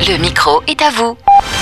Le micro est à vous.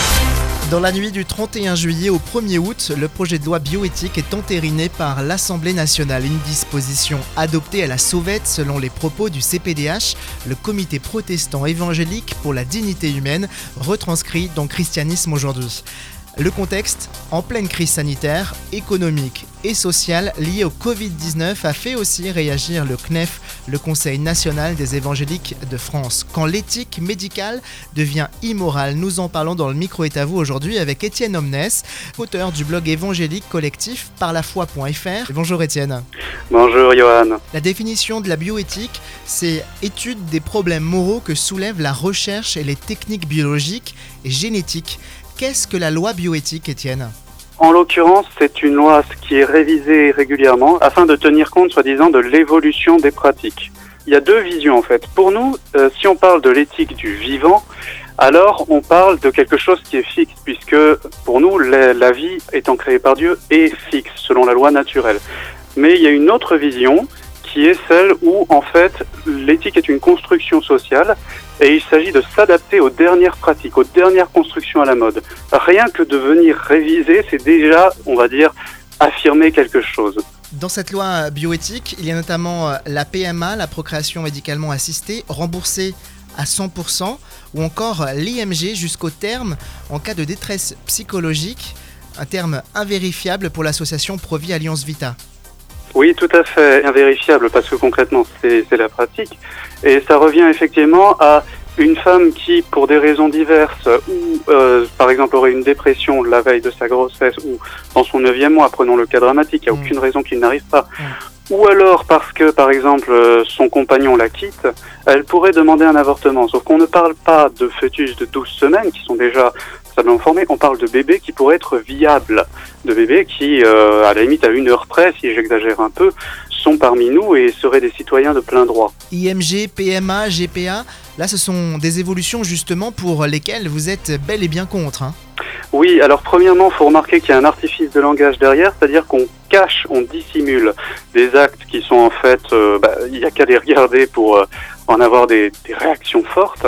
Dans la nuit du 31 juillet au 1er août, le projet de loi bioéthique est entériné par l'Assemblée nationale. Une disposition adoptée à la sauvette selon les propos du CPDH, le comité protestant évangélique pour la dignité humaine, retranscrit dans Christianisme aujourd'hui. Le contexte, en pleine crise sanitaire, économique et sociale liée au Covid-19, a fait aussi réagir le CNEF, le Conseil national des évangéliques de France. Quand l'éthique médicale devient immorale, nous en parlons dans le micro est à vous aujourd'hui avec Étienne Omnes, auteur du blog évangélique collectif parlafoi.fr. Bonjour Étienne. Bonjour Johan. La définition de la bioéthique, c'est étude des problèmes moraux que soulèvent la recherche et les techniques biologiques et génétiques. Qu'est-ce que la loi bioéthique, Étienne ? En l'occurrence, c'est une loi qui est révisée régulièrement afin de tenir compte, soi-disant, de l'évolution des pratiques. Il y a deux visions en fait. Pour nous, si on parle de l'éthique du vivant, alors on parle de quelque chose qui est fixe, puisque pour nous, la vie étant créée par Dieu est fixe selon la loi naturelle. Mais il y a une autre vision qui est celle où, en fait, l'éthique est une construction sociale et il s'agit de s'adapter aux dernières pratiques, aux dernières constructions à la mode. Rien que de venir réviser, c'est déjà, on va dire, affirmer quelque chose. Dans cette loi bioéthique, il y a notamment la PMA, la procréation médicalement assistée, remboursée à 100%, ou encore l'IMG jusqu'au terme en cas de détresse psychologique, un terme invérifiable pour l'association Pro-Vie Alliance Vita. Oui, tout à fait invérifiable parce que concrètement c'est la pratique et ça revient effectivement à une femme qui, pour des raisons diverses, ou par exemple aurait une dépression la veille de sa grossesse ou dans son 9e mois, prenons le cas dramatique, il n'y a aucune raison qu'il n'arrive pas, ou alors parce que par exemple son compagnon la quitte, elle pourrait demander un avortement, sauf qu'on ne parle pas de fœtus de 12 semaines qui sont déjà stablement formés, on parle de bébés qui pourraient être viables, de bébés qui, à la limite à 1 heure près, si j'exagère un peu, sont parmi nous et seraient des citoyens de plein droit. IMG, PMA, GPA, là ce sont des évolutions justement pour lesquelles vous êtes bel et bien contre. Oui, alors premièrement, il faut remarquer qu'il y a un artifice de langage derrière, c'est-à-dire qu'on cache, on dissimule des actes qui sont en fait, il n'y a qu'à les regarder pour en avoir des réactions fortes.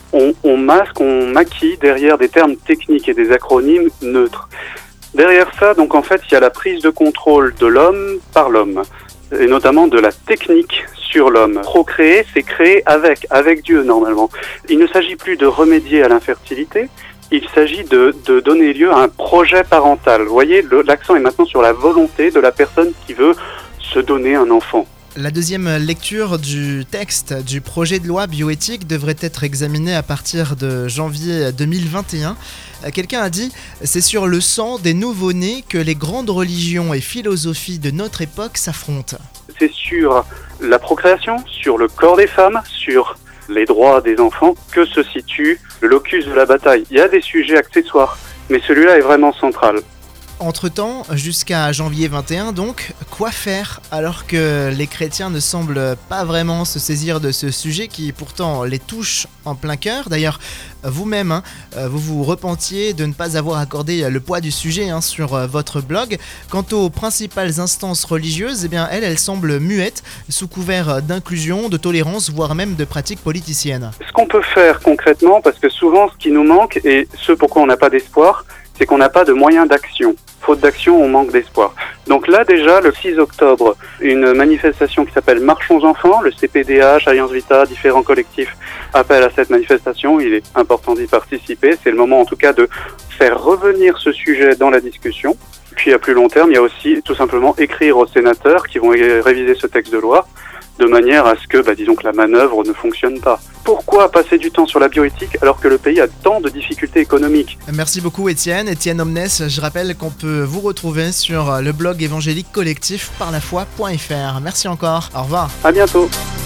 On masque, on maquille derrière des termes techniques et des acronymes neutres. Derrière ça, donc en fait, il y a la prise de contrôle de l'homme par l'homme, et notamment de la technique sur l'homme. Procréer, c'est créer avec Dieu normalement. Il ne s'agit plus de remédier à l'infertilité, il s'agit de donner lieu à un projet parental. Vous voyez, l'accent est maintenant sur la volonté de la personne qui veut se donner un enfant. La deuxième lecture du texte du projet de loi bioéthique devrait être examinée à partir de janvier 2021. Quelqu'un a dit « C'est sur le sang des nouveau-nés que les grandes religions et philosophies de notre époque s'affrontent. » C'est sur la procréation, sur le corps des femmes, sur les droits des enfants que se situe le locus de la bataille. Il y a des sujets accessoires, mais celui-là est vraiment central. Entre-temps, jusqu'à janvier 21 donc, quoi faire alors que les chrétiens ne semblent pas vraiment se saisir de ce sujet qui pourtant les touche en plein cœur. D'ailleurs, vous-même, vous vous repentiez de ne pas avoir accordé le poids du sujet sur votre blog. Quant aux principales instances religieuses, eh bien, elles semblent muettes, sous couvert d'inclusion, de tolérance, voire même de pratiques politiciennes. Ce qu'on peut faire concrètement, parce que souvent ce qui nous manque, et ce pourquoi on n'a pas d'espoir, c'est qu'on n'a pas de moyens d'action. Faute d'action, on manque d'espoir. Donc là, déjà, le 6 octobre, une manifestation qui s'appelle Marchons Enfants, le CPDH, Alliance Vita, différents collectifs appellent à cette manifestation. Il est important d'y participer. C'est le moment, en tout cas, de faire revenir ce sujet dans la discussion. Puis, à plus long terme, il y a aussi, tout simplement, écrire aux sénateurs qui vont réviser ce texte de loi de manière à ce que, disons que la manœuvre ne fonctionne pas. Pourquoi passer du temps sur la bioéthique alors que le pays a tant de difficultés économiques ? Merci beaucoup Étienne. Étienne Omnes, je rappelle qu'on peut vous retrouver sur le blog évangélique collectif parlafoi.fr. Merci encore, au revoir. À bientôt.